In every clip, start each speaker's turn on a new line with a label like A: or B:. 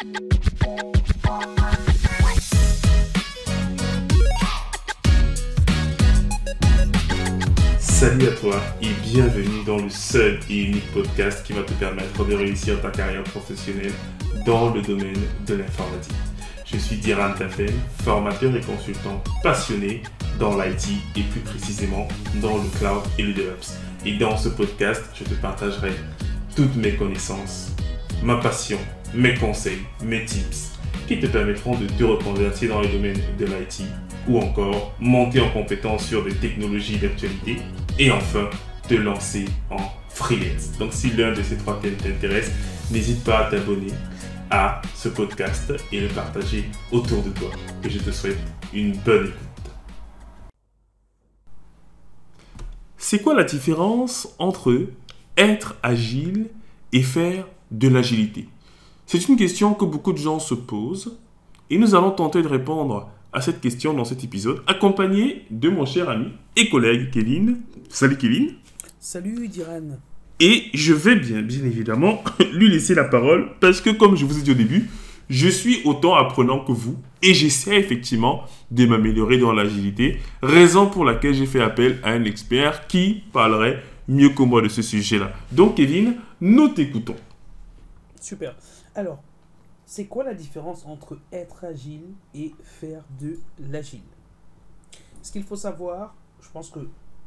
A: Salut à toi et bienvenue dans le seul et unique podcast qui va te permettre de réussir ta carrière professionnelle dans le domaine de l'informatique. Je suis Diran Tafel, formateur et consultant passionné dans l'IT et plus précisément dans le cloud et le DevOps. Et dans ce podcast, je te partagerai toutes mes connaissances, ma passion, mes conseils, mes tips qui te permettront de te reconvertir dans le domaine de l'IT ou encore monter en compétence sur des technologies d'actualité et enfin te lancer en freelance. Donc si l'un de ces trois thèmes t'intéresse, n'hésite pas à t'abonner à ce podcast et le partager autour de toi. Et je te souhaite une bonne écoute. C'est quoi la différence entre être agile et faire de l'agilité ? C'est une question que beaucoup de gens se posent et nous allons tenter de répondre à cette question dans cet épisode, accompagné de mon cher ami et collègue Kevin. Salut Kevin.
B: Salut Diran.
A: Et je vais bien évidemment lui laisser la parole parce que comme je vous ai dit au début, je suis autant apprenant que vous et j'essaie effectivement de m'améliorer dans l'agilité, raison pour laquelle j'ai fait appel à un expert qui parlerait mieux que moi de ce sujet-là. Donc Kevin, nous t'écoutons.
B: Super. Alors, c'est quoi la différence entre être agile et faire de l'agile ? Ce qu'il faut savoir, je pense que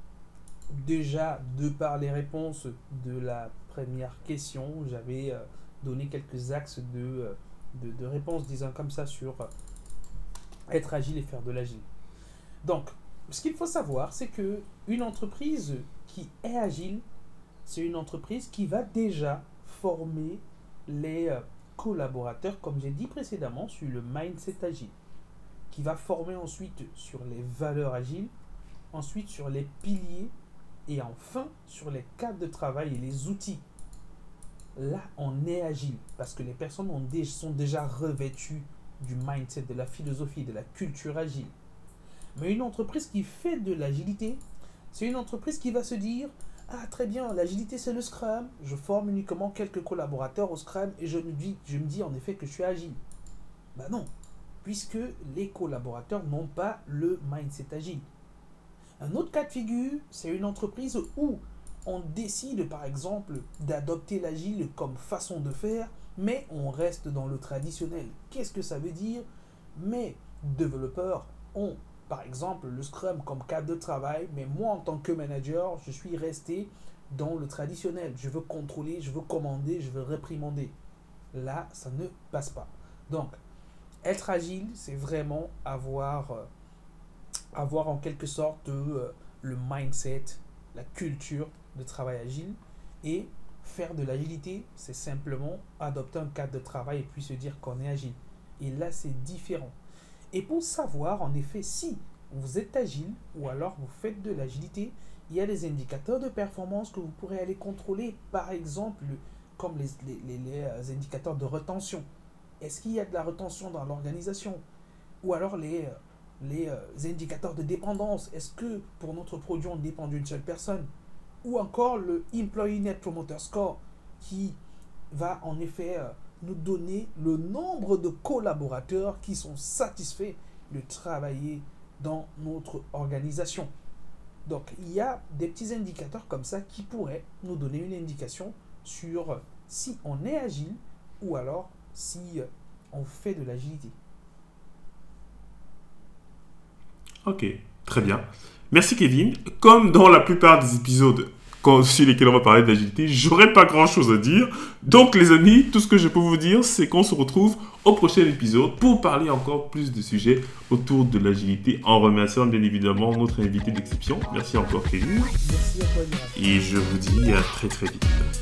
B: déjà, de par les réponses de la première question, j'avais donné quelques axes de réponses, disons comme ça, sur être agile et faire de l'agile. Donc, ce qu'il faut savoir, c'est qu'une entreprise qui est agile, c'est une entreprise qui va déjà former les collaborateurs, comme j'ai dit précédemment, sur le mindset agile, qui va former ensuite sur les valeurs agiles, ensuite sur les piliers et enfin sur les cadres de travail et les outils. Là, on est agile parce que les personnes sont déjà revêtues du mindset, de la philosophie, de la culture agile. Mais une entreprise qui fait de l'agilité, c'est une entreprise qui va se dire: ah, très bien, l'agilité c'est le Scrum, je forme uniquement quelques collaborateurs au Scrum et je me dis en effet que je suis agile. Ben non, puisque les collaborateurs n'ont pas le mindset agile. Un autre cas de figure, c'est une entreprise où on décide par exemple d'adopter l'agile comme façon de faire, mais on reste dans le traditionnel. Qu'est-ce que ça veut dire ? Mes développeurs ont par exemple le Scrum comme cadre de travail, mais moi en tant que manager, je suis resté dans le traditionnel. Je veux contrôler, je veux commander, je veux réprimander. Là, ça ne passe pas. Donc, être agile, c'est vraiment avoir en quelque sorte le mindset, la culture de travail agile. Et faire de l'agilité, c'est simplement adopter un cadre de travail et puis se dire qu'on est agile. Et là, c'est différent. Et pour savoir, en effet, si vous êtes agile ou alors vous faites de l'agilité, il y a des indicateurs de performance que vous pourrez aller contrôler. Par exemple, comme les indicateurs de retention. Est-ce qu'il y a de la retention dans l'organisation ? Ou alors les indicateurs de dépendance. Est-ce que pour notre produit, on dépend d'une seule personne ? Ou encore le Employee Net Promoter Score qui va en effet nous donner le nombre de collaborateurs qui sont satisfaits de travailler dans notre organisation. Donc, il y a des petits indicateurs comme ça qui pourraient nous donner une indication sur si on est agile ou alors si on fait de l'agilité.
A: Ok, très bien. Merci Kevin. Comme dans la plupart des épisodes sur lesquels on va parler d'agilité, j'aurais pas grand chose à dire. Donc les amis, tout ce que je peux vous dire, c'est qu'on se retrouve au prochain épisode pour parler encore plus de sujets autour de l'agilité, en remerciant bien évidemment notre invité d'exception. Merci encore Kevin.
B: Merci à toi, Mira.
A: Et je vous dis à très très vite.